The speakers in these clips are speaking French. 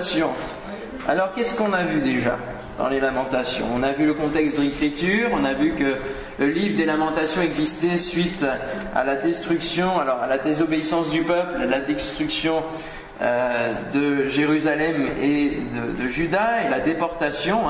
Lamentations. Alors qu'est-ce qu'on a vu déjà dans les Lamentations? On a vu le contexte de l'écriture, on a vu que le livre des Lamentations existait suite à la destruction, alors à la désobéissance du peuple, à la destruction de Jérusalem et de Juda et la déportation.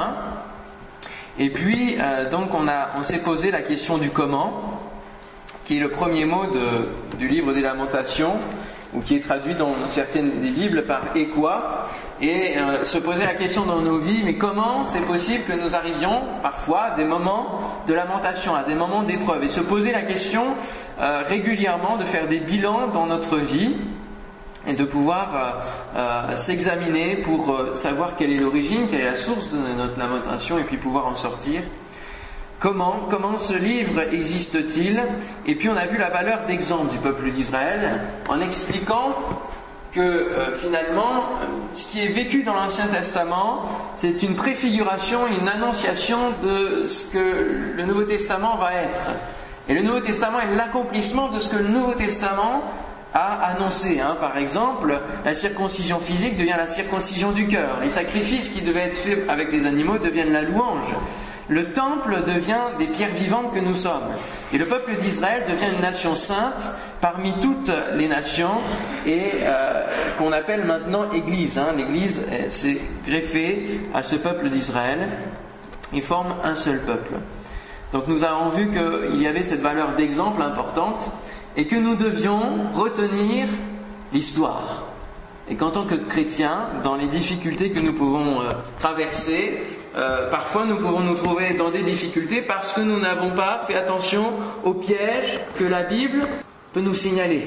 Et puis donc on s'est posé la question du comment, qui est le premier mot du livre des Lamentations, ou qui est traduit dans certaines des Bibles par « et quoi ?» et se poser la question dans nos vies, mais comment c'est possible que nous arrivions parfois à des moments de lamentation, à des moments d'épreuve, et se poser la question régulièrement de faire des bilans dans notre vie et de pouvoir s'examiner pour savoir quelle est l'origine, quelle est la source de notre lamentation, et puis pouvoir en sortir. Comment ce livre existe-t-il? Et puis on a vu la valeur d'exemple du peuple d'Israël en expliquant que finalement, ce qui est vécu dans l'Ancien Testament, c'est une préfiguration, une annonciation de ce que le Nouveau Testament va être. Et le Nouveau Testament est l'accomplissement de ce que le Nouveau Testament a annoncé. Par exemple, la circoncision physique devient la circoncision du cœur. Les sacrifices qui devaient être faits avec les animaux deviennent la louange. Le temple devient des pierres vivantes que nous sommes. Et le peuple d'Israël devient une nation sainte parmi toutes les nations et qu'on appelle maintenant Église. L'Église s'est greffée à ce peuple d'Israël et forme un seul peuple. Donc nous avons vu qu'il y avait cette valeur d'exemple importante et que nous devions retenir l'histoire. Et qu'en tant que chrétiens, dans les difficultés que nous pouvons traverser, parfois nous pouvons nous trouver dans des difficultés parce que nous n'avons pas fait attention aux pièges que la Bible peut nous signaler.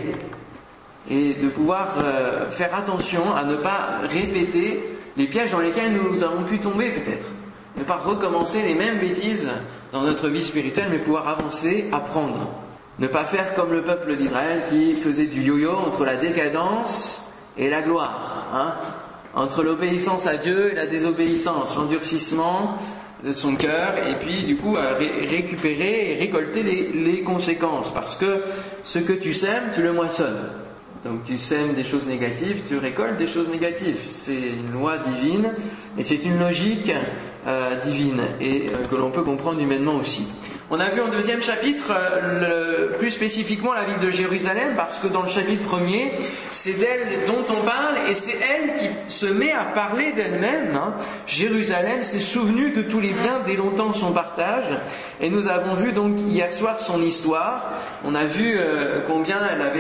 Et de pouvoir faire attention à ne pas répéter les pièges dans lesquels nous avons pu tomber peut-être. Ne pas recommencer les mêmes bêtises dans notre vie spirituelle, mais pouvoir avancer, apprendre. Ne pas faire comme le peuple d'Israël qui faisait du yo-yo entre la décadence et la gloire, entre l'obéissance à Dieu et la désobéissance, l'endurcissement de son cœur, et puis du coup récupérer et récolter les conséquences, parce que ce que tu sèmes, tu le moissonnes. Donc tu sèmes des choses négatives, tu récoltes des choses négatives. C'est une loi divine, et c'est une logique divine, et que l'on peut comprendre humainement aussi. On a vu en deuxième chapitre, plus spécifiquement la ville de Jérusalem, parce que dans le chapitre premier, c'est d'elle dont on parle, et c'est elle qui se met à parler d'elle-même. Jérusalem s'est souvenue de tous les biens dès longtemps de son partage, et nous avons vu donc hier soir son histoire. On a vu combien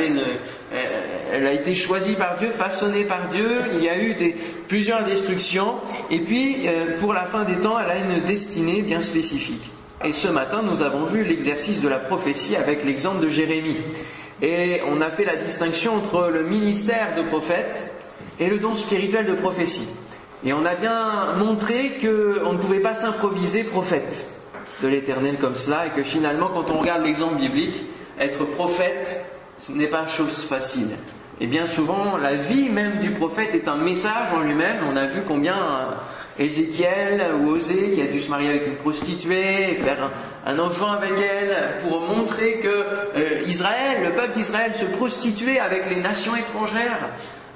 elle a été choisie par Dieu, façonnée par Dieu. Il y a eu plusieurs destructions, et puis pour la fin des temps, elle a une destinée bien spécifique. Et ce matin, nous avons vu l'exercice de la prophétie avec l'exemple de Jérémie. Et on a fait la distinction entre le ministère de prophète et le don spirituel de prophétie. Et on a bien montré qu'on ne pouvait pas s'improviser prophète de l'Éternel comme cela, et que finalement, quand on regarde l'exemple biblique, être prophète, ce n'est pas chose facile. Et bien souvent, la vie même du prophète est un message en lui-même. On a vu combien Ézéchiel ou Osée, qui a dû se marier avec une prostituée et faire un enfant avec elle pour montrer que Israël, le peuple d'Israël, se prostituait avec les nations étrangères.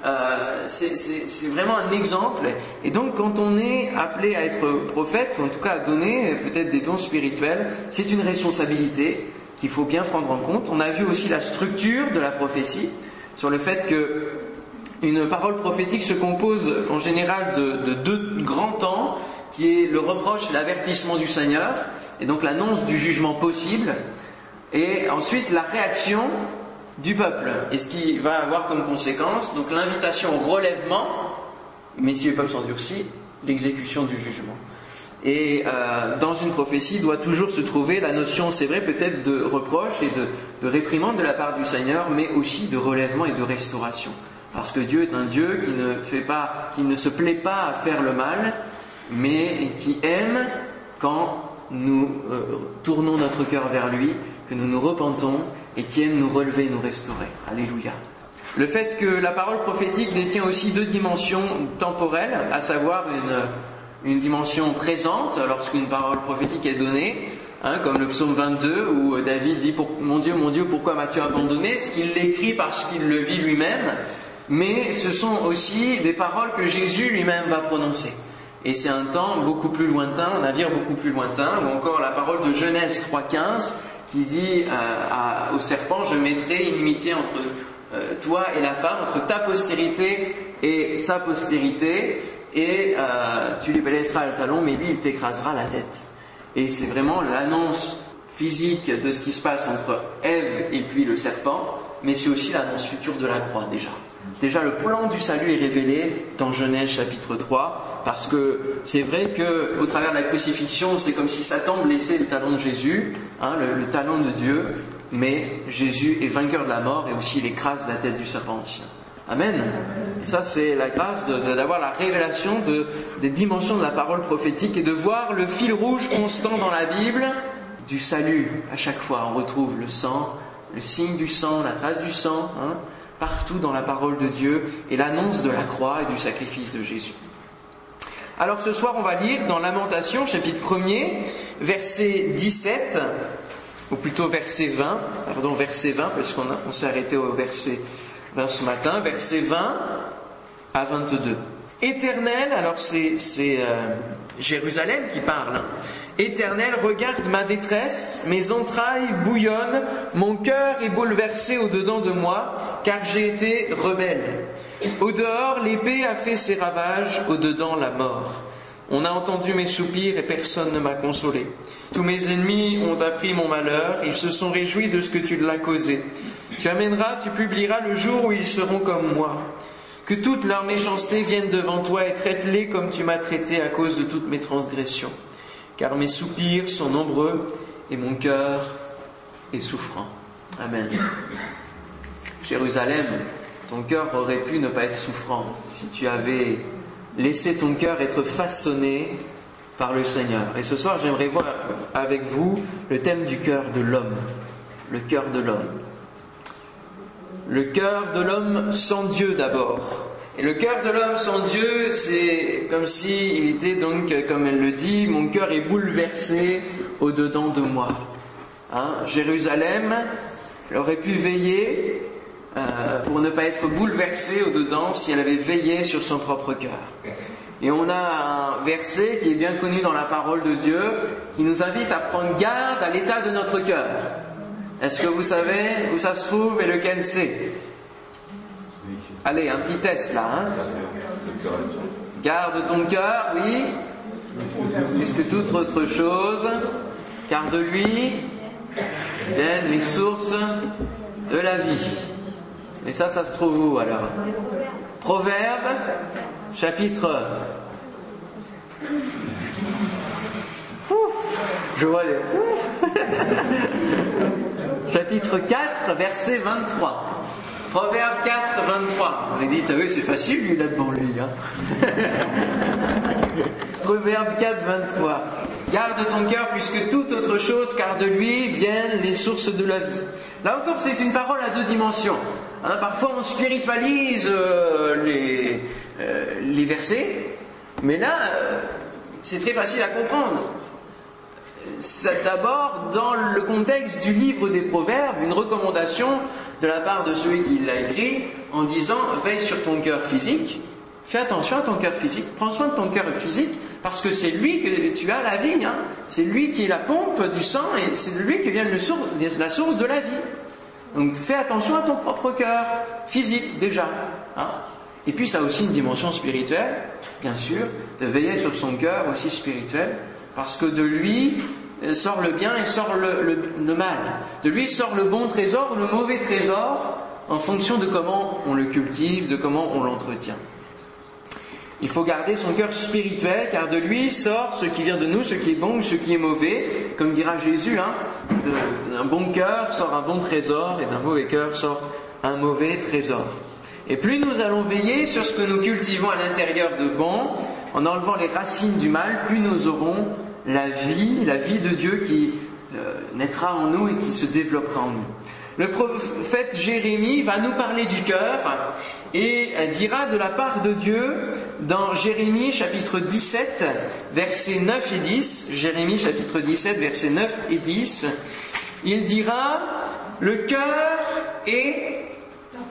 C'est vraiment un exemple. Et donc quand on est appelé à être prophète, ou en tout cas à donner peut-être des dons spirituels, c'est une responsabilité qu'il faut bien prendre en compte. On a vu aussi la structure de la prophétie, sur le fait que une parole prophétique se compose en général de deux grands temps, qui est le reproche et l'avertissement du Seigneur, et donc l'annonce du jugement possible, et ensuite la réaction du peuple, et ce qui va avoir comme conséquence, donc l'invitation au relèvement, mais si le peuple s'endurcit, l'exécution du jugement. Et dans une prophétie doit toujours se trouver la notion, c'est vrai, peut-être de reproche et de réprimande de la part du Seigneur, mais aussi de relèvement et de restauration. Parce que Dieu est un Dieu qui ne se plaît pas à faire le mal, mais qui aime quand nous tournons notre cœur vers lui, que nous nous repentons, et qui aime nous relever et nous restaurer. Alléluia. Le fait que la parole prophétique détient aussi deux dimensions temporelles, à savoir une dimension présente lorsqu'une parole prophétique est donnée, comme le psaume 22 où David dit mon Dieu, pourquoi m'as-tu abandonné? Il l'écrit parce qu'il le vit lui-même. mais ce sont aussi des paroles que Jésus lui-même va prononcer. Et c'est un temps beaucoup plus lointain, un navire beaucoup plus lointain, ou encore la parole de Genèse 3,15 qui dit au serpent, je mettrai inimitié entre toi et la femme, entre ta postérité et sa postérité, et tu lui blesseras le talon, mais lui il t'écrasera la tête. Et c'est vraiment l'annonce physique de ce qui se passe entre Ève et puis le serpent, mais c'est aussi l'annonce future de la croix déjà. Déjà, le plan du salut est révélé dans Genèse chapitre 3, parce que c'est vrai qu'au travers de la crucifixion, c'est comme si Satan blessait le talon de Jésus, le talon de Dieu, mais Jésus est vainqueur de la mort et aussi il écrase la tête du serpent ancien. Amen. Et ça, c'est la grâce d'avoir la révélation des dimensions de la parole prophétique et de voir le fil rouge constant dans la Bible du salut. À chaque fois, on retrouve le sang, le signe du sang, la trace du sang, partout dans la parole de Dieu et l'annonce de la croix et du sacrifice de Jésus. Alors ce soir on va lire dans Lamentations chapitre 1er, verset 17, ou plutôt verset 20, parce qu'on s'est arrêté au verset 20 ce matin, verset 20 à 22. Éternel, alors c'est Jérusalem qui parle. Éternel, regarde ma détresse, mes entrailles bouillonnent, mon cœur est bouleversé au-dedans de moi, car j'ai été rebelle. Au dehors, l'épée a fait ses ravages, au dedans, la mort. On a entendu mes soupirs et personne ne m'a consolé. Tous mes ennemis ont appris mon malheur, ils se sont réjouis de ce que tu l'as causé. Tu amèneras, tu publieras le jour où ils seront comme moi. Que toute leur méchanceté vienne devant toi et traite-les comme tu m'as traité à cause de toutes mes transgressions. Car mes soupirs sont nombreux et mon cœur est souffrant. Amen. Jérusalem, ton cœur aurait pu ne pas être souffrant si tu avais laissé ton cœur être façonné par le Seigneur. Et ce soir, j'aimerais voir avec vous le thème du cœur de l'homme. Le cœur de l'homme. Le cœur de l'homme sans Dieu d'abord. Et le cœur de l'homme sans Dieu, c'est comme s'il était donc, comme elle le dit, mon cœur est bouleversé au-dedans de moi. Jérusalem, elle aurait pu veiller pour ne pas être bouleversée au-dedans si elle avait veillé sur son propre cœur. Et on a un verset qui est bien connu dans la parole de Dieu, qui nous invite à prendre garde à l'état de notre cœur. Est-ce que vous savez où ça se trouve et lequel c'est ? Allez, un petit test là. Garde ton cœur, oui, plus que toute autre chose, car de lui viennent les sources de la vie. Et ça se trouve où alors ? Proverbes, chapitre... Je vois les... chapitre 4, verset 23. Proverbe 4, 23. Vous avez dit, ah oui, c'est facile, lui, là devant lui. Proverbe 4, 23. Garde ton cœur plus que toute autre chose, car de lui viennent les sources de la vie. Là encore, c'est une parole à deux dimensions. Parfois, on spiritualise les versets, mais là, c'est très facile à comprendre. C'est d'abord dans le contexte du livre des Proverbes, une recommandation de la part de celui qui l'a écrit en disant veille sur ton cœur physique, fais attention à ton cœur physique, prends soin de ton cœur physique parce que c'est lui que tu as la vie, c'est lui qui est la pompe du sang et c'est de lui que vient la source de la vie. Donc fais attention à ton propre cœur physique déjà. Et puis ça a aussi une dimension spirituelle, bien sûr, de veiller sur son cœur aussi spirituel. Parce que de lui sort le bien et sort le mal. De lui sort le bon trésor ou le mauvais trésor en fonction de comment on le cultive, de comment on l'entretient. Il faut garder son cœur spirituel car de lui sort ce qui vient de nous, ce qui est bon ou ce qui est mauvais. Comme dira Jésus, d'un bon cœur sort un bon trésor et d'un mauvais cœur sort un mauvais trésor. Et plus nous allons veiller sur ce que nous cultivons à l'intérieur de bon, en enlevant les racines du mal, plus nous aurons la vie de Dieu qui naîtra en nous et qui se développera en nous. Le prophète Jérémie va nous parler du cœur et dira de la part de Dieu dans Jérémie chapitre 17, versets 9 et 10, Jérémie chapitre 17, versets 9 et 10, il dira « Le cœur est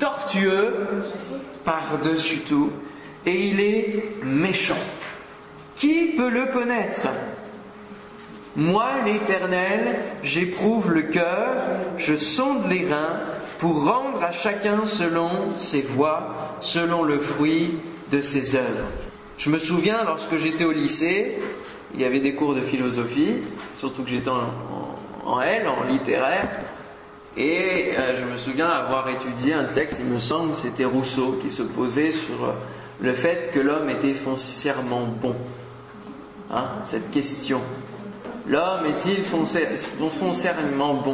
tortueux par-dessus tout, et il est méchant. Qui peut le connaître ? Moi, l'Éternel, j'éprouve le cœur, je sonde les reins, pour rendre à chacun selon ses voies, selon le fruit de ses œuvres. Je me souviens, lorsque j'étais au lycée, il y avait des cours de philosophie, surtout que j'étais en L, en littéraire, et je me souviens avoir étudié un texte, il me semble, c'était Rousseau, qui se posait sur le fait que l'homme était foncièrement bon. Cette question. L'homme est-il foncièrement bon ?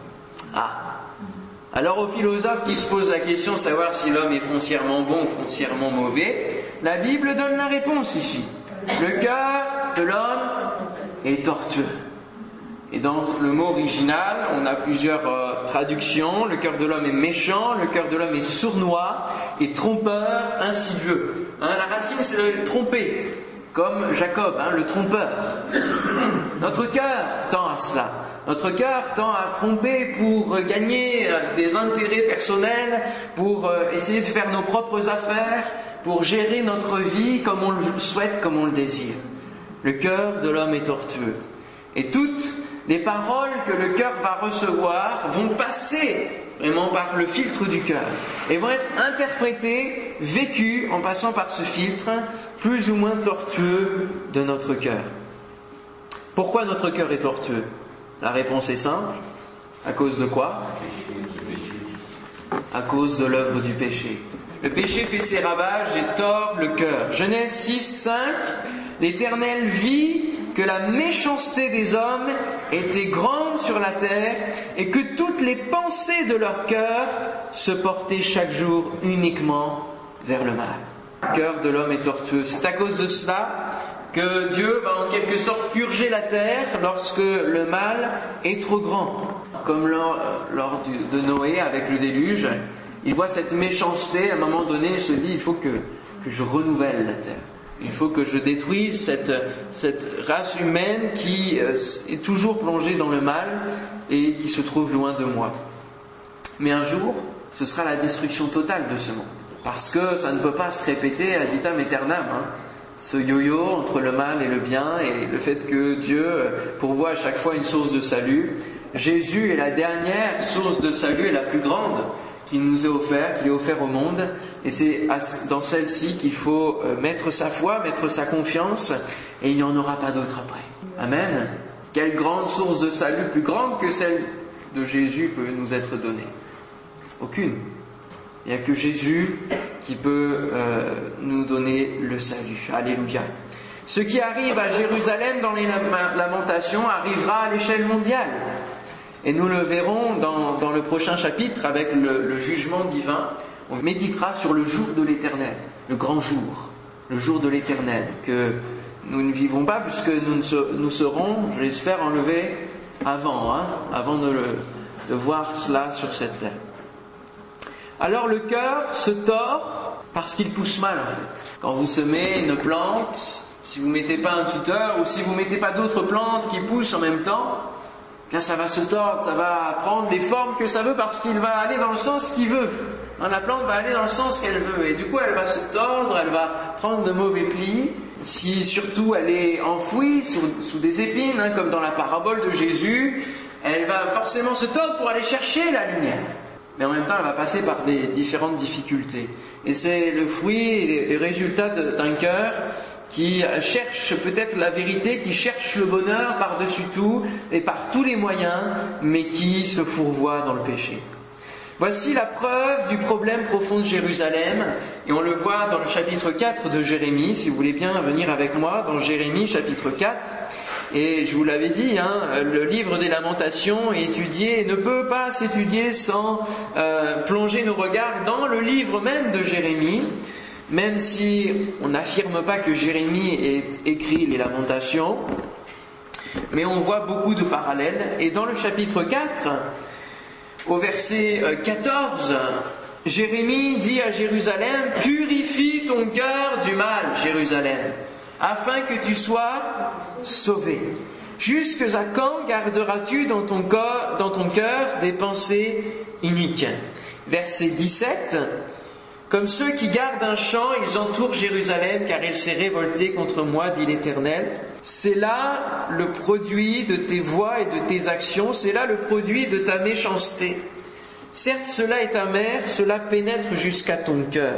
Alors aux philosophes qui se posent la question de savoir si l'homme est foncièrement bon ou foncièrement mauvais, la Bible donne la réponse ici. Le cœur de l'homme est tortueux. Et dans le mot original, on a plusieurs traductions. Le cœur de l'homme est méchant, le cœur de l'homme est sournois et trompeur, insidieux. La racine, c'est le tromper, comme Jacob, le trompeur. Notre cœur tend à cela. Notre cœur tend à tromper pour gagner des intérêts personnels, pour essayer de faire nos propres affaires, pour gérer notre vie comme on le souhaite, comme on le désire. Le cœur de l'homme est tortueux. Et toutes les paroles que le cœur va recevoir vont passer vraiment par le filtre du cœur et vont être interprétées, vécues en passant par ce filtre plus ou moins tortueux de notre cœur. Pourquoi notre cœur est tortueux ? La réponse est simple. À cause de quoi ? À cause de l'œuvre du péché. Le péché fait ses ravages et tord le cœur. Genèse 6, 5, l'Éternel vit que la méchanceté des hommes était grande sur la terre et que toutes les pensées de leur cœur se portaient chaque jour uniquement vers le mal. Le cœur de l'homme est tortueux. C'est à cause de cela que Dieu va en quelque sorte purger la terre lorsque le mal est trop grand. Comme lors de Noé avec le déluge, il voit cette méchanceté, à un moment donné, il se dit, il faut que je renouvelle la terre. Il faut que je détruise cette race humaine qui est toujours plongée dans le mal et qui se trouve loin de moi. Mais un jour, ce sera la destruction totale de ce monde. Parce que ça ne peut pas se répéter ad vitam aeternam. Ce yo-yo entre le mal et le bien et le fait que Dieu pourvoit à chaque fois une source de salut. Jésus est la dernière source de salut et la plus grande qui nous est offerte, qui est offerte au monde. Et c'est dans celle-ci qu'il faut mettre sa foi, mettre sa confiance et il n'y en aura pas d'autre après. Amen. Quelle grande source de salut, plus grande que celle de Jésus, peut nous être donnée ? Aucune. Il n'y a que Jésus qui peut nous donner le salut. Alléluia. Ce qui arrive à Jérusalem dans les lamentations arrivera à l'échelle mondiale. Et nous le verrons dans le prochain chapitre avec le jugement divin. On méditera sur le jour de l'Éternel, le grand jour, le jour de l'Éternel, que nous ne vivons pas puisque nous serons, je l'espère, enlevés avant de voir cela sur cette terre. Alors le cœur se tord parce qu'il pousse mal en fait. Quand vous semez une plante, si vous ne mettez pas un tuteur ou si vous ne mettez pas d'autres plantes qui poussent en même temps, bien ça va se tordre, ça va prendre les formes que ça veut parce qu'il va aller dans le sens qu'il veut. La plante va aller dans le sens qu'elle veut et du coup elle va se tordre, elle va prendre de mauvais plis. Si surtout elle est enfouie sous des épines, comme dans la parabole de Jésus, elle va forcément se tordre pour aller chercher la lumière. Mais en même temps, elle va passer par des différentes difficultés. Et c'est le fruit et les résultats d'un cœur qui cherche peut-être la vérité, qui cherche le bonheur par-dessus tout et par tous les moyens, mais qui se fourvoie dans le péché. Voici la preuve du problème profond de Jérusalem, et on le voit dans le chapitre 4 de Jérémie, si vous voulez bien venir avec moi dans Jérémie chapitre 4. Et je vous l'avais dit, le livre des Lamentations est étudié et ne peut pas s'étudier sans plonger nos regards dans le livre même de Jérémie, même si on n'affirme pas que Jérémie ait écrit les Lamentations, mais on voit beaucoup de parallèles. Et dans le chapitre 4, au verset 14, Jérémie dit à Jérusalem, « Purifie ton cœur du mal, Jérusalem, afin que tu sois sauvé. Jusqu'à quand garderas-tu dans ton cœur des pensées iniques ? verset 17, « Comme ceux qui gardent un champ, ils entourent Jérusalem, car il s'est révolté contre moi, dit l'Éternel. C'est là le produit de tes voies et de tes actions, c'est là le produit de ta méchanceté. Certes, cela est amer, cela pénètre jusqu'à ton cœur.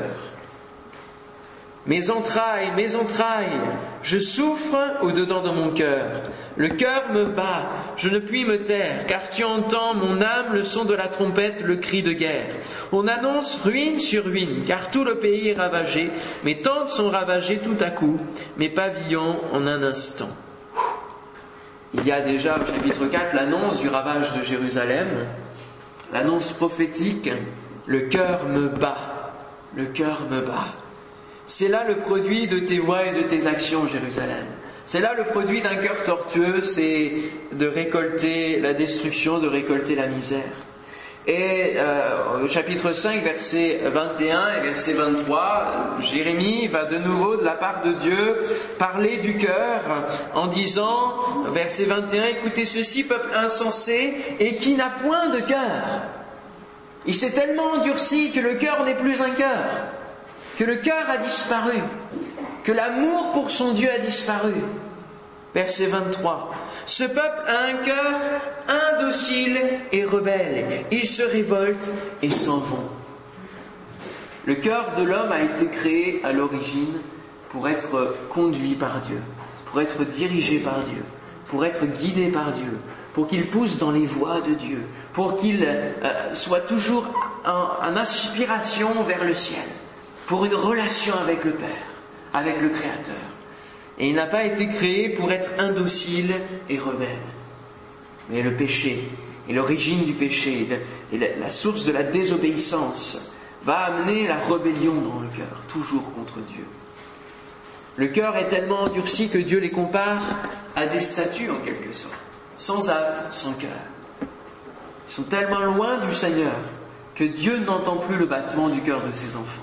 Mes entrailles, je souffre au-dedans de mon cœur. Le cœur me bat, je ne puis me taire, car tu entends, mon âme, le son de la trompette, le cri de guerre. On annonce ruine sur ruine, car tout le pays est ravagé. Mes tentes sont ravagées tout à coup, mes pavillons en un instant. » Il y a déjà au chapitre 4 l'annonce du ravage de Jérusalem, l'annonce prophétique, « Le cœur me bat, le cœur me bat. » C'est là le produit de tes voies et de tes actions, Jérusalem. C'est là le produit d'un cœur tortueux, c'est de récolter la destruction, de récolter la misère. Et au chapitre 5, versets 21 et verset 23, Jérémie va de nouveau, de la part de Dieu, parler du cœur en disant, verset 21, « Écoutez ceci, peuple insensé, et qui n'a point de cœur. » Il s'est tellement endurci que le cœur n'est plus un cœur, que le cœur a disparu, que l'amour pour son Dieu a disparu. Verset 23. Ce peuple a un cœur indocile et rebelle. Ils se révoltent et s'en vont. Le cœur de l'homme a été créé à l'origine pour être conduit par Dieu, pour être dirigé par Dieu, pour être guidé par Dieu, pour qu'il pousse dans les voies de Dieu, pour qu'il soit toujours en aspiration vers le ciel, pour une relation avec le Père, avec le Créateur. Et il n'a pas été créé pour être indocile et rebelle. Mais le péché, et l'origine du péché, et la source de la désobéissance, va amener la rébellion dans le cœur, toujours contre Dieu. Le cœur est tellement endurci que Dieu les compare à des statues en quelque sorte, sans âme, sans cœur. Ils sont tellement loin du Seigneur que Dieu n'entend plus le battement du cœur de ses enfants.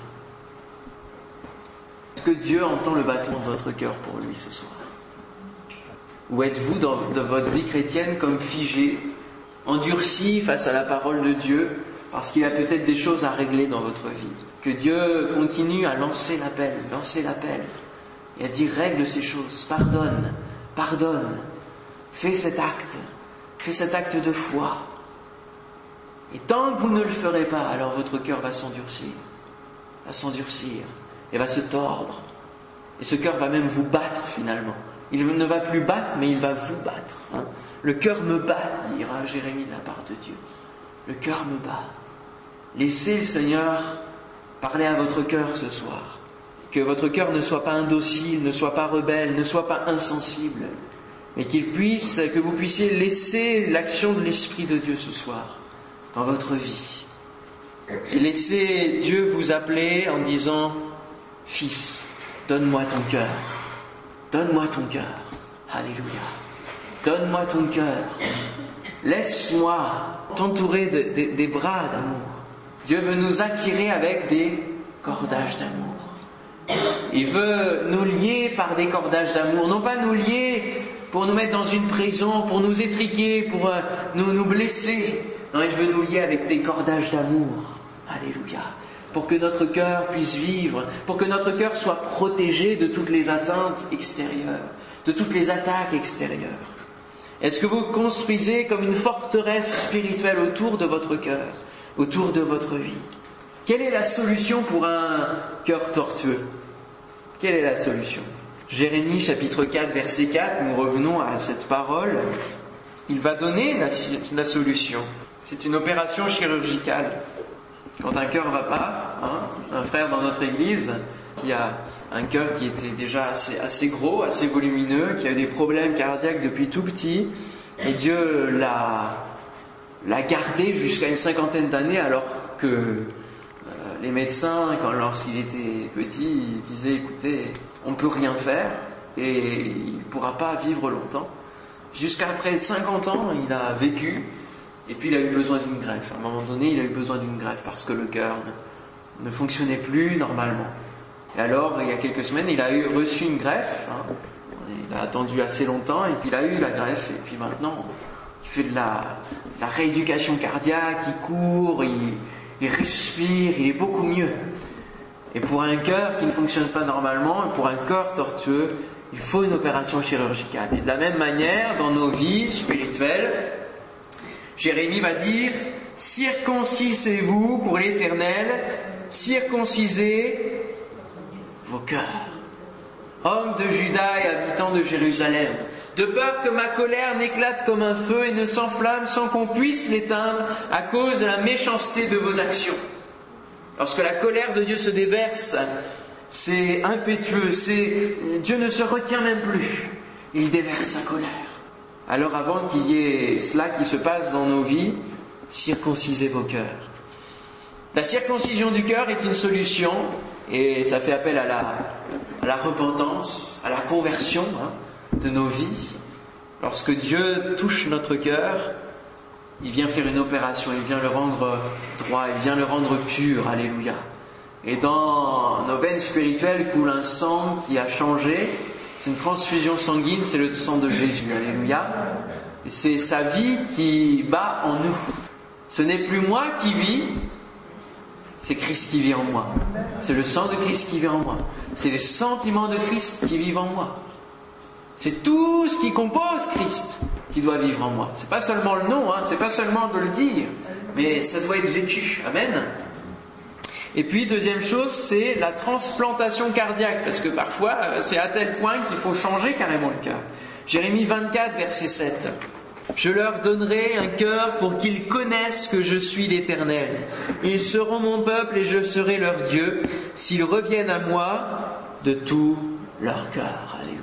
Est-ce que Dieu entend le battement de votre cœur pour lui ce soir? Ou êtes-vous dans votre vie chrétienne comme figé, endurci face à la parole de Dieu, parce qu'il y a peut-être des choses à régler dans votre vie? Que Dieu continue à lancer l'appel, et à dire règle ces choses, pardonne, fais cet acte de foi. Et tant que vous ne le ferez pas, alors votre cœur va s'endurcir, et va se tordre. Et ce cœur va même vous battre finalement. Il ne va plus battre, mais il va vous battre. Le cœur me bat, dira Jérémie de la part de Dieu. Le cœur me bat. Laissez le Seigneur parler à votre cœur ce soir. Que votre cœur ne soit pas indocile, ne soit pas rebelle, ne soit pas insensible, mais que vous puissiez laisser l'action de l'Esprit de Dieu ce soir dans votre vie. Et laissez Dieu vous appeler en disant: Fils, donne-moi ton cœur. Donne-moi ton cœur. Alléluia. Donne-moi ton cœur. Laisse-moi t'entourer des bras d'amour. Dieu veut nous attirer avec des cordages d'amour. Il veut nous lier par des cordages d'amour. Non pas nous lier pour nous mettre dans une prison, pour nous étriquer, pour nous blesser. Non, il veut nous lier avec des cordages d'amour. Alléluia. Pour que notre cœur puisse vivre, pour que notre cœur soit protégé de toutes les atteintes extérieures, de toutes les attaques extérieures. Est-ce que vous construisez comme une forteresse spirituelle autour de votre cœur, autour de votre vie? Quelle est la solution pour un cœur tortueux? Quelle est la solution? Jérémie chapitre 4 verset 4, nous revenons à cette parole. Il va donner la solution. C'est une opération chirurgicale. Quand un cœur va pas, un frère dans notre église qui a un cœur qui était déjà assez gros, assez volumineux, qui a eu des problèmes cardiaques depuis tout petit, et Dieu l'a gardé jusqu'à une 50aine d'années, alors que les médecins, lorsqu'il était petit, ils disaient: écoutez, on ne peut rien faire et il ne pourra pas vivre longtemps. Jusqu'à près de 50 ans, il a vécu. Et puis il a eu besoin d'une greffe. À un moment donné, il a eu besoin d'une greffe parce que le cœur ne fonctionnait plus normalement. Et alors, il y a quelques semaines, il a reçu une greffe. Il a attendu assez longtemps et puis il a eu la greffe. Et puis maintenant, il fait de la rééducation cardiaque, il court, il respire, il est beaucoup mieux. Et pour un cœur qui ne fonctionne pas normalement, pour un corps tortueux, il faut une opération chirurgicale. Et de la même manière, dans nos vies spirituelles, Jérémie va dire « Circoncisez-vous pour l'Éternel, circoncisez vos cœurs. Hommes de Juda et habitants de Jérusalem, de peur que ma colère n'éclate comme un feu et ne s'enflamme sans qu'on puisse l'éteindre à cause de la méchanceté de vos actions. » Lorsque la colère de Dieu se déverse, c'est impétueux, Dieu ne se retient même plus, il déverse sa colère. Alors avant qu'il y ait cela qui se passe dans nos vies, circoncisez vos cœurs. La circoncision du cœur est une solution, et ça fait appel à la repentance, à la conversion de nos vies. Lorsque Dieu touche notre cœur, il vient faire une opération, il vient le rendre droit, il vient le rendre pur, alléluia. Et dans nos veines spirituelles coule un sang qui a changé, c'est une transfusion sanguine, c'est le sang de Jésus, alléluia. Et c'est sa vie qui bat en nous. Ce n'est plus moi qui vis, c'est Christ qui vit en moi. C'est le sang de Christ qui vit en moi. C'est les sentiments de Christ qui vivent en moi. C'est tout ce qui compose Christ qui doit vivre en moi. C'est pas seulement le nom, c'est pas seulement de le dire, mais ça doit être vécu. Amen. Et puis, deuxième chose, c'est la transplantation cardiaque, parce que parfois, c'est à tel point qu'il faut changer carrément le cœur. Jérémie 24, verset 7. « Je leur donnerai un cœur pour qu'ils connaissent que je suis l'Éternel. Ils seront mon peuple et je serai leur Dieu, s'ils reviennent à moi de tout leur cœur. » Alléluia.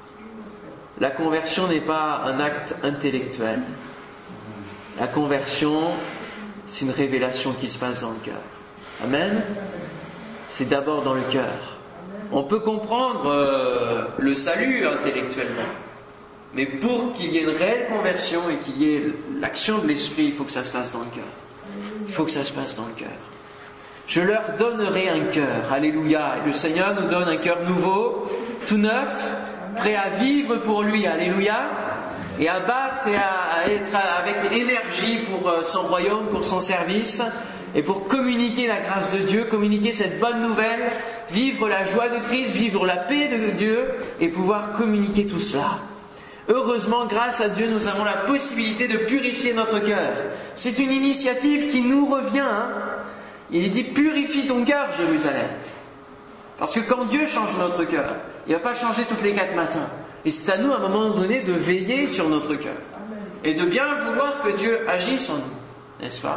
La conversion n'est pas un acte intellectuel. La conversion, c'est une révélation qui se passe dans le cœur. Amen. C'est d'abord dans le cœur. On peut comprendre le salut intellectuellement, mais pour qu'il y ait une réelle conversion et qu'il y ait l'action de l'esprit, il faut que ça se passe dans le cœur. Il faut que ça se passe dans le cœur. Je leur donnerai un cœur. Alléluia. Et le Seigneur nous donne un cœur nouveau, tout neuf, prêt à vivre pour lui. Alléluia. Et à battre et à être avec énergie pour son royaume, pour son service. Et pour communiquer la grâce de Dieu, communiquer cette bonne nouvelle, vivre la joie de Christ, vivre la paix de Dieu et pouvoir communiquer tout cela. Heureusement, grâce à Dieu, nous avons la possibilité de purifier notre cœur. C'est une initiative qui nous revient. Il est dit, purifie ton cœur, Jérusalem. Parce que quand Dieu change notre cœur, il ne va pas le changer tous les 4 matins. Et c'est à nous, à un moment donné, de veiller sur notre cœur. Et de bien vouloir que Dieu agisse en nous, n'est-ce pas ?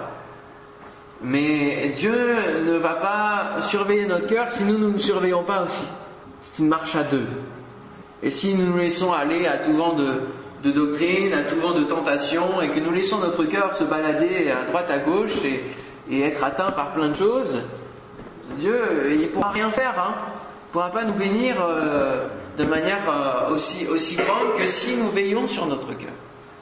Mais Dieu ne va pas surveiller notre cœur si nous ne surveillons pas aussi. C'est une marche à deux. Et si nous nous laissons aller à tout vent de doctrine, à tout vent de tentation, et que nous laissons notre cœur se balader à droite à gauche et être atteint par plein de choses, Dieu, il ne pourra rien faire. Il ne pourra pas nous bénir de manière aussi grande que si nous veillons sur notre cœur.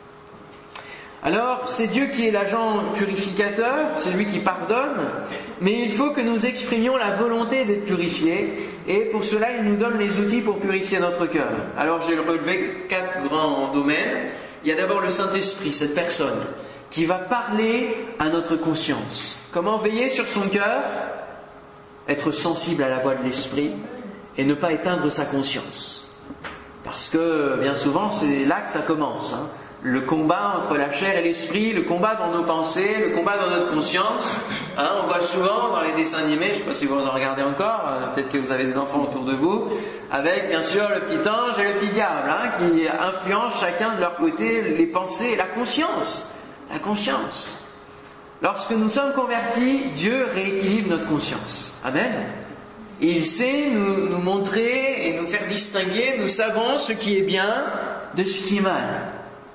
Alors, c'est Dieu qui est l'agent purificateur, c'est lui qui pardonne, mais il faut que nous exprimions la volonté d'être purifiés, et pour cela, il nous donne les outils pour purifier notre cœur. Alors, j'ai relevé 4 grands domaines. Il y a d'abord le Saint-Esprit, cette personne, qui va parler à notre conscience. Comment veiller sur son cœur ? Être sensible à la voix de l'Esprit, et ne pas éteindre sa conscience. Parce que, bien souvent, c'est là que ça commence, Le combat entre la chair et l'esprit, le combat dans nos pensées, le combat dans notre conscience. On voit souvent dans les dessins animés, je ne sais pas si vous en regardez encore, peut-être que vous avez des enfants autour de vous, avec bien sûr le petit ange et le petit diable, qui influencent chacun de leur côté les pensées et la conscience. La conscience. Lorsque nous sommes convertis, Dieu rééquilibre notre conscience. Amen. Et il sait nous montrer et nous faire distinguer, nous savons ce qui est bien de ce qui est mal.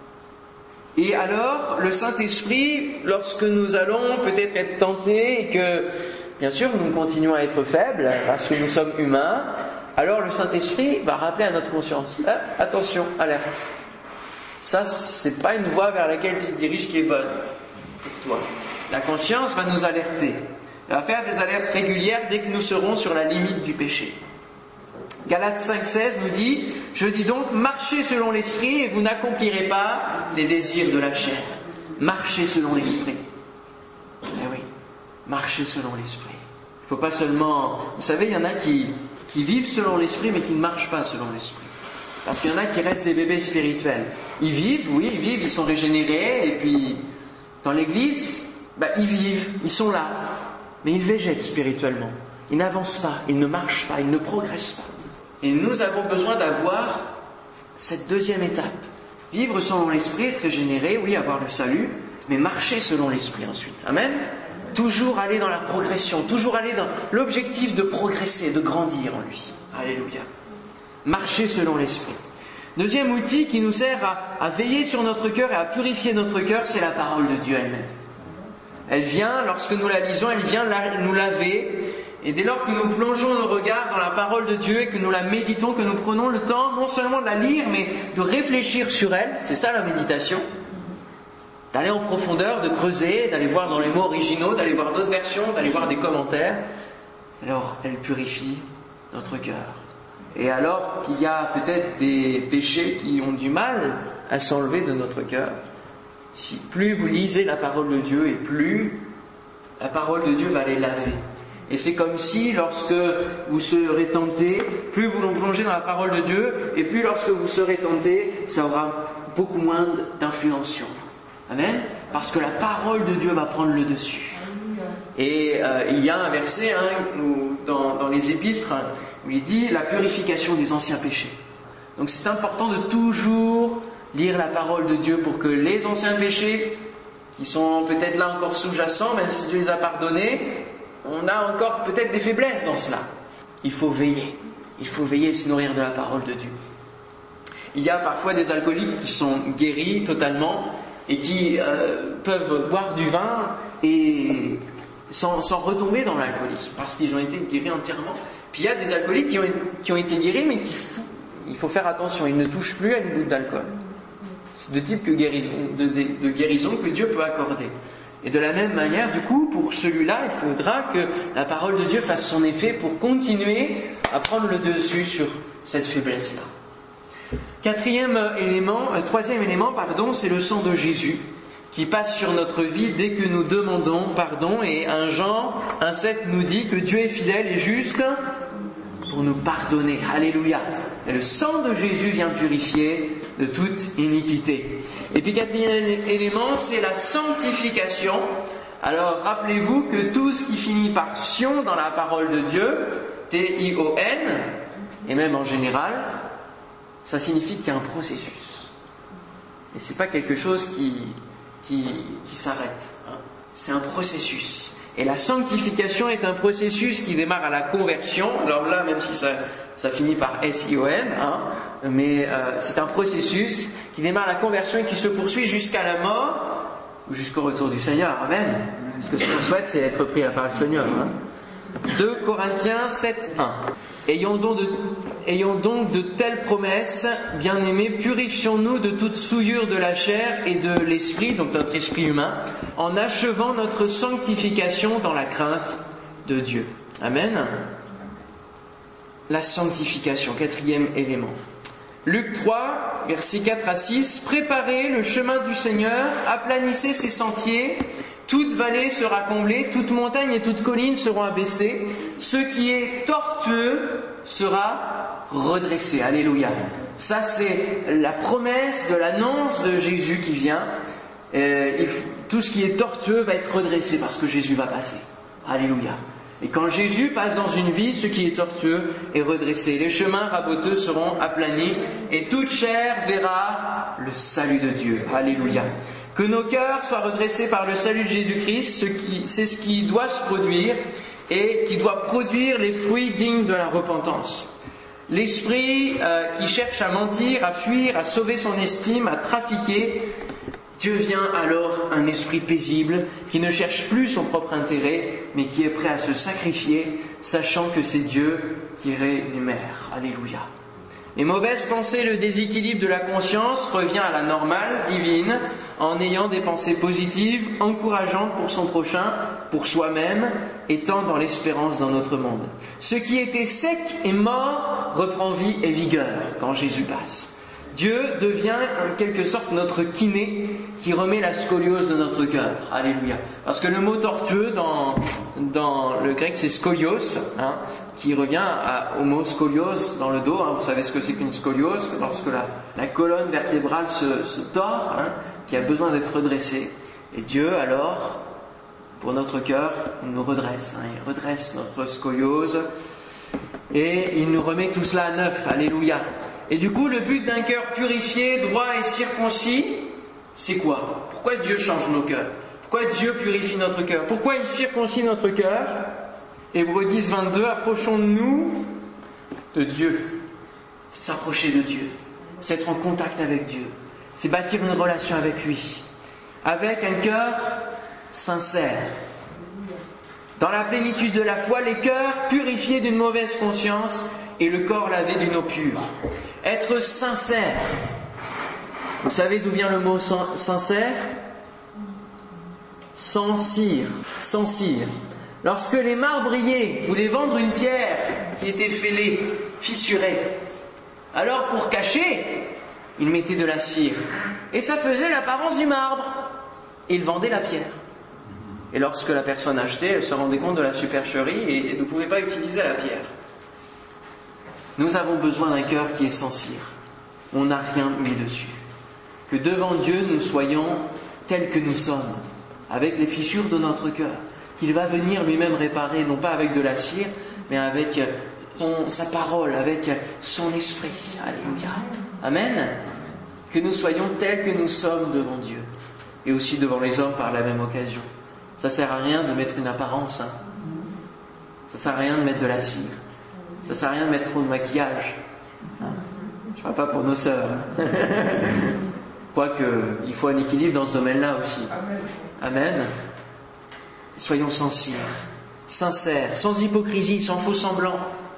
Et alors, le Saint-Esprit, lorsque nous allons peut-être être tentés et que, bien sûr, nous continuons à être faibles, parce que nous sommes humains, alors le Saint-Esprit va rappeler à notre conscience, attention, alerte. Ça, c'est pas une voie vers laquelle tu te diriges qui est bonne pour toi. La conscience va nous alerter. Elle va faire des alertes régulières dès que nous serons sur la limite du péché. Galates 5,16 nous dit « Je dis donc, marchez selon l'esprit et vous n'accomplirez pas les désirs de la chair. » Marchez selon l'esprit. Eh oui. marcher selon l'Esprit. Il ne faut pas seulement... Vous savez, il y en a qui vivent selon l'Esprit, mais qui ne marchent pas selon l'Esprit. Parce qu'il y en a qui restent des bébés spirituels. Ils vivent, ils sont régénérés, et puis dans l'église, ils vivent, ils sont là. Mais ils végètent spirituellement. Ils n'avancent pas, ils ne marchent pas, ils ne progressent pas. Et nous avons besoin d'avoir cette deuxième étape. Vivre selon l'Esprit, être régénéré, avoir le salut, mais marcher selon l'Esprit ensuite. Amen. Toujours aller dans la progression, toujours aller dans l'objectif de progresser, de grandir en lui. Alléluia. Marcher selon l'Esprit. Deuxième outil qui nous sert à veiller sur notre cœur et à purifier notre cœur, c'est la parole de Dieu elle-même. Elle vient, lorsque nous la lisons, elle vient nous laver. Et dès lors que nous plongeons nos regards dans la parole de Dieu et que nous la méditons, que nous prenons le temps non seulement de la lire, mais de réfléchir sur elle, c'est ça la méditation, d'aller en profondeur, de creuser, d'aller voir dans les mots originaux, d'aller voir d'autres versions, d'aller voir des commentaires, alors elle purifie notre cœur. Et alors qu'il y a peut-être des péchés qui ont du mal à s'enlever de notre cœur, plus vous lisez la parole de Dieu et plus la parole de Dieu va les laver. Et c'est comme si lorsque vous serez tenté, plus vous plongez dans la parole de Dieu, et plus lorsque vous serez tenté, ça aura beaucoup moins d'influence sur vous. Amen. Parce que la parole de Dieu va prendre le dessus. Et il y a un verset dans les épîtres où il dit la purification des anciens péchés. Donc c'est important de toujours lire la parole de Dieu pour que les anciens péchés, qui sont peut-être là encore sous-jacents, même si Dieu les a pardonnés, on a encore peut-être des faiblesses dans cela. Il faut veiller. Il faut veiller et se nourrir de la parole de Dieu. Il y a parfois des alcooliques qui sont guéris totalement et qui peuvent boire du vin et sans retomber dans l'alcoolisme parce qu'ils ont été guéris entièrement. Puis il y a des alcooliques qui ont été guéris mais il faut faire attention, ils ne touchent plus à une goutte d'alcool. C'est de type de guérison que Dieu peut accorder. Et de la même manière, du coup, pour celui-là, il faudra que la parole de Dieu fasse son effet pour continuer à prendre le dessus sur cette faiblesse-là. Troisième élément, c'est le sang de Jésus qui passe sur notre vie dès que nous demandons pardon. Et 1 Jean 1,7 nous dit que Dieu est fidèle et juste pour nous pardonner. Alléluia. Et le sang de Jésus vient purifier de toute iniquité. Et puis quatrième élément, c'est la sanctification. Alors rappelez-vous que tout ce qui finit par sion dans la parole de Dieu, T-I-O-N, et même en général, ça signifie qu'il y a un processus. Et c'est pas quelque chose qui s'arrête. C'est un processus. Et la sanctification est un processus qui démarre à la conversion. Alors là, même si ça finit par S-I-O-N, mais c'est un processus qui démarre à la conversion et qui se poursuit jusqu'à la mort ou jusqu'au retour du Seigneur. Amen. Parce que ce qu'on souhaite, c'est être pris par le Seigneur. 2 Corinthiens 7:1. Ayons donc de telles promesses, bien-aimés, purifions-nous de toute souillure de la chair et de l'esprit, donc notre esprit humain, en achevant notre sanctification dans la crainte de Dieu. Amen. La sanctification, quatrième élément. Luc 3, versets 4 à 6. Préparez le chemin du Seigneur, aplanissez ses sentiers, toute vallée sera comblée, toute montagne et toute colline seront abaissées, ce qui est tortueux sera redressé. Alléluia. Ça c'est la promesse de l'annonce de Jésus qui vient. Tout ce qui est tortueux va être redressé parce que Jésus va passer. Alléluia. Et quand Jésus passe dans une vie, ce qui est tortueux est redressé. Les chemins raboteux seront aplanis et toute chair verra le salut de Dieu. Alléluia. Que nos cœurs soient redressés par le salut de Jésus-Christ, c'est ce qui doit se produire et qui doit produire les fruits dignes de la repentance. L'esprit qui cherche à mentir, à fuir, à sauver son estime, à trafiquer, Dieu vient alors un esprit paisible qui ne cherche plus son propre intérêt, mais qui est prêt à se sacrifier, sachant que c'est Dieu qui rémunère. Alléluia. Les mauvaises pensées, le déséquilibre de la conscience revient à la normale, divine, en ayant des pensées positives, encourageantes pour son prochain, pour soi-même, étant dans l'espérance dans notre monde. Ce qui était sec et mort reprend vie et vigueur quand Jésus passe. Dieu devient en quelque sorte notre kiné qui remet la scoliose de notre cœur. Alléluia. Parce que le mot tortueux dans le grec c'est scolios, qui revient au mot scoliose dans le dos. Vous savez ce que c'est qu'une scoliose? Lorsque la colonne vertébrale se tord, qui a besoin d'être redressée. Et Dieu alors, pour notre cœur, il nous redresse. Il redresse notre scoliose et il nous remet tout cela à neuf. Alléluia. Et du coup, le but d'un cœur purifié, droit et circoncis, c'est quoi? Pourquoi Dieu change nos cœurs? Pourquoi Dieu purifie notre cœur? Pourquoi il circoncis notre cœur? Hébreux 10, 22, approchons-nous de Dieu. C'est s'approcher de Dieu. C'est être en contact avec Dieu. C'est bâtir une relation avec lui. Avec un cœur sincère. Dans la plénitude de la foi, les cœurs purifiés d'une mauvaise conscience et le corps lavé d'une eau pure. Être sincère. Vous savez d'où vient le mot sincère? Sans cire. Sans cire. Lorsque les marbriers voulaient vendre une pierre qui était fêlée, fissurée, alors pour cacher, ils mettaient de la cire. Et ça faisait l'apparence du marbre. Et ils vendaient la pierre. Et lorsque la personne achetait, elle se rendait compte de la supercherie et ne pouvait pas utiliser la pierre. Nous avons besoin d'un cœur qui est sans cire. On n'a rien mis dessus. Que devant Dieu, nous soyons tels que nous sommes, avec les fissures de notre cœur, qu'il va venir lui-même réparer, non pas avec de la cire, mais avec sa parole, avec son esprit. Alléluia. Amen. Que nous soyons tels que nous sommes devant Dieu, et aussi devant les hommes par la même occasion. Ça sert à rien de mettre une apparence. Ça sert à rien de mettre de la cire. Ça sert à rien de mettre trop de maquillage. Je parle pas pour nos sœurs. Quoique, il faut un équilibre dans ce domaine-là aussi. Amen. Soyons sensibles, sincères, sans hypocrisie, sans faux semblant.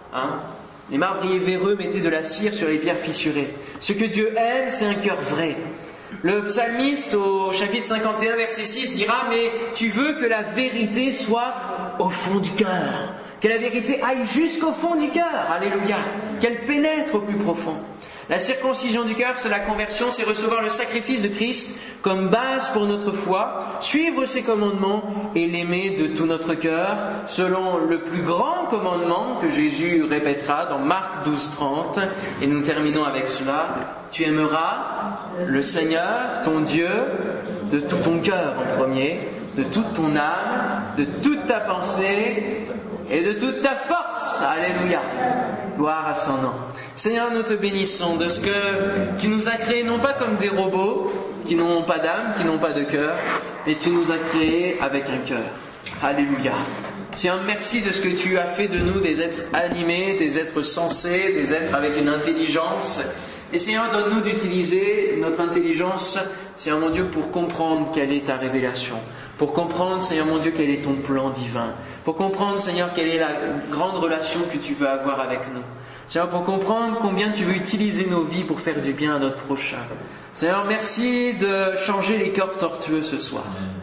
Les marbriers véreux mettaient de la cire sur les pierres fissurées. Ce que Dieu aime, c'est un cœur vrai. Le psalmiste au chapitre 51 verset 6 dira: mais tu veux que la vérité soit au fond du cœur, que la vérité aille jusqu'au fond du cœur, alléluia, qu'elle pénètre au plus profond. La circoncision du cœur, c'est la conversion, c'est recevoir le sacrifice de Christ comme base pour notre foi, suivre ses commandements et l'aimer de tout notre cœur, selon le plus grand commandement que Jésus répétera dans Marc 12, 30. Et nous terminons avec cela: tu aimeras le Seigneur, ton Dieu, de tout ton cœur en premier, de toute ton âme, de toute ta pensée et de toute ta force. Alléluia. Gloire à son nom. Seigneur, nous te bénissons de ce que tu nous as créés non pas comme des robots qui n'ont pas d'âme, qui n'ont pas de cœur, mais tu nous as créés avec un cœur. Alléluia. Seigneur, merci de ce que tu as fait de nous des êtres animés, des êtres sensés, des êtres avec une intelligence. Et Seigneur, donne-nous d'utiliser notre intelligence, Seigneur mon Dieu, pour comprendre quelle est ta révélation. Pour comprendre, Seigneur mon Dieu, quel est ton plan divin. Pour comprendre, Seigneur, quelle est la grande relation que tu veux avoir avec nous. Seigneur, pour comprendre combien tu veux utiliser nos vies pour faire du bien à notre prochain. Seigneur, merci de changer les cœurs tortueux ce soir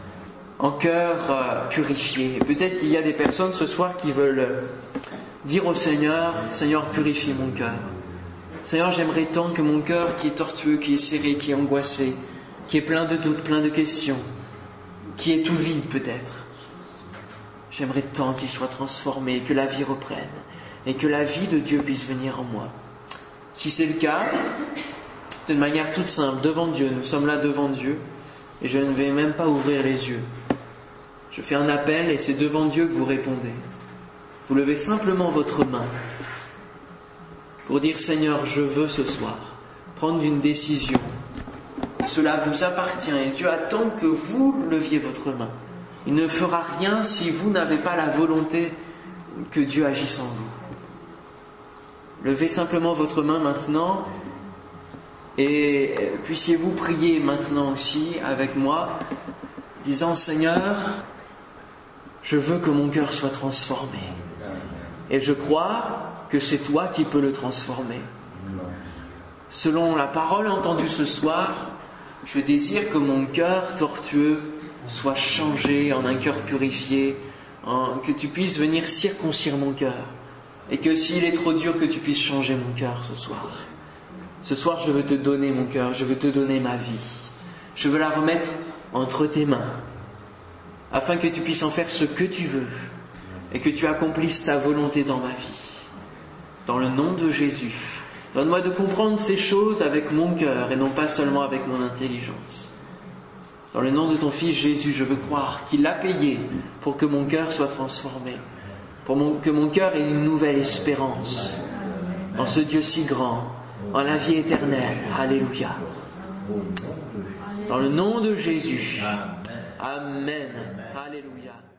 en cœurs purifiés. Peut-être qu'il y a des personnes ce soir qui veulent dire au Seigneur: Seigneur, purifie mon cœur. Seigneur, j'aimerais tant que mon cœur qui est tortueux, qui est serré, qui est angoissé, qui est plein de doutes, plein de questions, qui est tout vide peut-être, j'aimerais tant qu'il soit transformé, que la vie reprenne et que la vie de Dieu puisse venir en moi. Si c'est le cas, d'une manière toute simple, devant Dieu, nous sommes là devant Dieu et je ne vais même pas ouvrir les yeux. Je fais un appel et c'est devant Dieu que vous répondez. Vous levez simplement votre main pour dire: Seigneur, je veux ce soir prendre une décision. Cela vous appartient et Dieu attend que vous leviez votre main. Il ne fera rien si vous n'avez pas la volonté que Dieu agisse en vous. Levez simplement votre main maintenant et puissiez-vous prier maintenant aussi avec moi, disant: Seigneur, je veux que mon cœur soit transformé. Et je crois que c'est toi qui peux le transformer. Selon la parole entendue ce soir, je désire que mon cœur tortueux soit changé en un cœur purifié, que tu puisses venir circoncire mon cœur. Et que s'il est trop dur, que tu puisses changer mon cœur ce soir. Ce soir, je veux te donner mon cœur, je veux te donner ma vie. Je veux la remettre entre tes mains, afin que tu puisses en faire ce que tu veux et que tu accomplisses ta volonté dans ma vie. Dans le nom de Jésus, donne-moi de comprendre ces choses avec mon cœur et non pas seulement avec mon intelligence. Dans le nom de ton Fils Jésus, je veux croire qu'il a payé pour que mon cœur soit transformé, que mon cœur ait une nouvelle espérance en ce Dieu si grand, en la vie éternelle. Alléluia. Dans le nom de Jésus. Amen. Alléluia.